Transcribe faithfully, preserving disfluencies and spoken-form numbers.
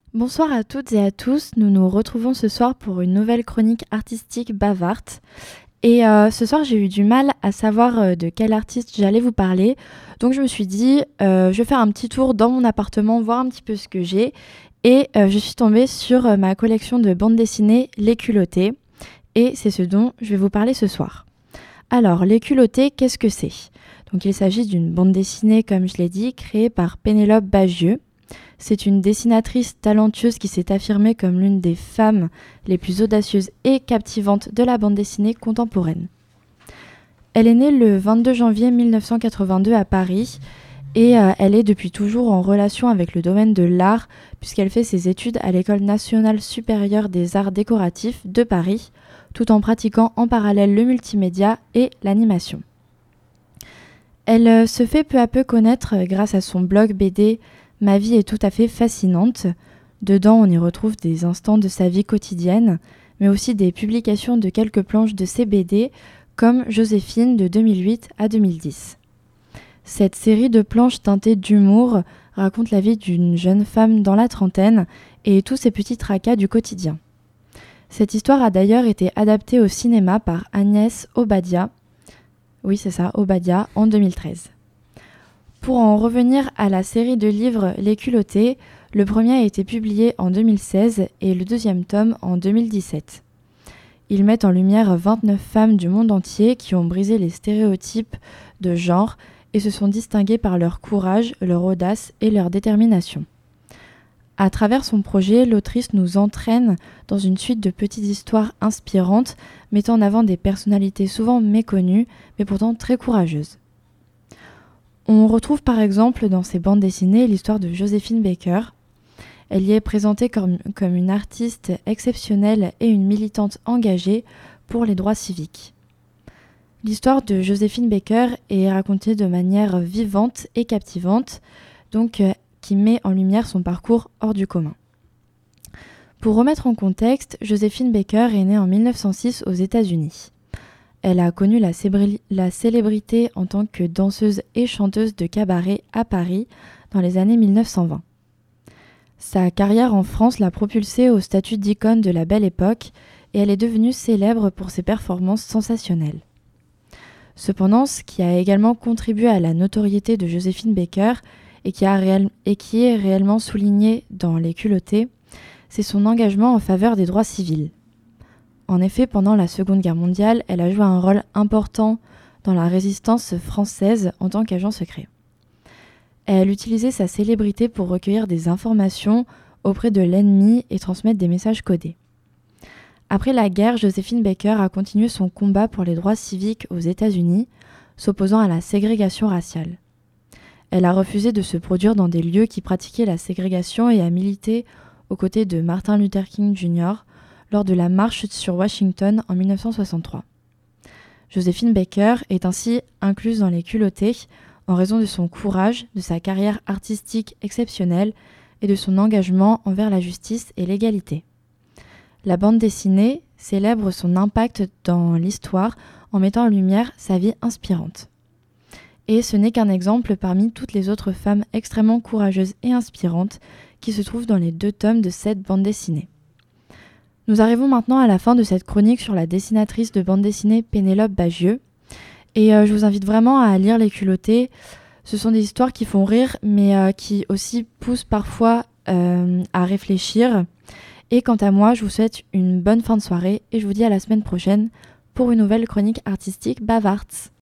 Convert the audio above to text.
Bonsoir à toutes et à tous, nous nous retrouvons ce soir pour une nouvelle chronique artistique bavarde. Et euh, ce soir j'ai eu du mal à savoir euh, de quel artiste j'allais vous parler, donc je me suis dit euh, je vais faire un petit tour dans mon appartement, voir un petit peu ce que j'ai, et euh, je suis tombée sur euh, ma collection de bandes dessinées Les Culottés, et c'est ce dont je vais vous parler ce soir. Alors, Les Culottés, qu'est-ce que c'est ? Donc il s'agit d'une bande dessinée, comme je l'ai dit, créée par Pénélope Bagieux. C'est une dessinatrice talentueuse qui s'est affirmée comme l'une des femmes les plus audacieuses et captivantes de la bande dessinée contemporaine. Elle est née le vingt-deux janvier mille neuf cent quatre-vingt-deux à Paris et euh, elle est depuis toujours en relation avec le domaine de l'art puisqu'elle fait ses études à l'École nationale supérieure des arts décoratifs de Paris tout en pratiquant en parallèle le multimédia et l'animation. Elle euh, se fait peu à peu connaître euh, grâce à son blog B D Ma vie est tout à fait fascinante. Dedans, on y retrouve des instants de sa vie quotidienne, mais aussi des publications de quelques planches de ses B D, comme Joséphine de deux mille huit à deux mille dix. Cette série de planches teintées d'humour raconte la vie d'une jeune femme dans la trentaine et tous ses petits tracas du quotidien. Cette histoire a d'ailleurs été adaptée au cinéma par Agnès Obadia, oui c'est ça, Obadia, en deux mille treize. Pour en revenir à la série de livres Les Culottés, le premier a été publié en deux mille seize et le deuxième tome en deux mille dix-sept. Ils mettent en lumière vingt-neuf femmes du monde entier qui ont brisé les stéréotypes de genre et se sont distinguées par leur courage, leur audace et leur détermination. À travers son projet, l'autrice nous entraîne dans une suite de petites histoires inspirantes mettant en avant des personnalités souvent méconnues mais pourtant très courageuses. On retrouve par exemple dans ces bandes dessinées l'histoire de Joséphine Baker. Elle y est présentée comme, comme une artiste exceptionnelle et une militante engagée pour les droits civiques. L'histoire de Joséphine Baker est racontée de manière vivante et captivante, donc euh, qui met en lumière son parcours hors du commun. Pour remettre en contexte, Joséphine Baker est née en mille neuf cent six aux États-Unis. Elle a connu la, cébri- la célébrité en tant que danseuse et chanteuse de cabaret à Paris dans les années mille neuf cent vingt. Sa carrière en France l'a propulsée au statut d'icône de la Belle Époque et elle est devenue célèbre pour ses performances sensationnelles. Cependant, ce qui a également contribué à la notoriété de Joséphine Baker et qui, a réel- et qui est réellement souligné dans Les Culottés, c'est son engagement en faveur des droits civils. En effet, pendant la Seconde Guerre mondiale, elle a joué un rôle important dans la résistance française en tant qu'agent secret. Elle utilisait sa célébrité pour recueillir des informations auprès de l'ennemi et transmettre des messages codés. Après la guerre, Joséphine Baker a continué son combat pour les droits civiques aux États-Unis, s'opposant à la ségrégation raciale. Elle a refusé de se produire dans des lieux qui pratiquaient la ségrégation et a milité aux côtés de Martin Luther King junior lors de la marche sur Washington en mille neuf cent soixante-trois. Joséphine Baker est ainsi incluse dans Les Culottés en raison de son courage, de sa carrière artistique exceptionnelle et de son engagement envers la justice et l'égalité. La bande dessinée célèbre son impact dans l'histoire en mettant en lumière sa vie inspirante. Et ce n'est qu'un exemple parmi toutes les autres femmes extrêmement courageuses et inspirantes qui se trouvent dans les deux tomes de cette bande dessinée. Nous arrivons maintenant à la fin de cette chronique sur la dessinatrice de bande dessinée Pénélope Bagieux. Et euh, je vous invite vraiment à lire Les Culottés. Ce sont des histoires qui font rire, mais euh, qui aussi poussent parfois euh, à réfléchir. Et quant à moi, je vous souhaite une bonne fin de soirée et je vous dis à la semaine prochaine pour une nouvelle chronique artistique bavarde.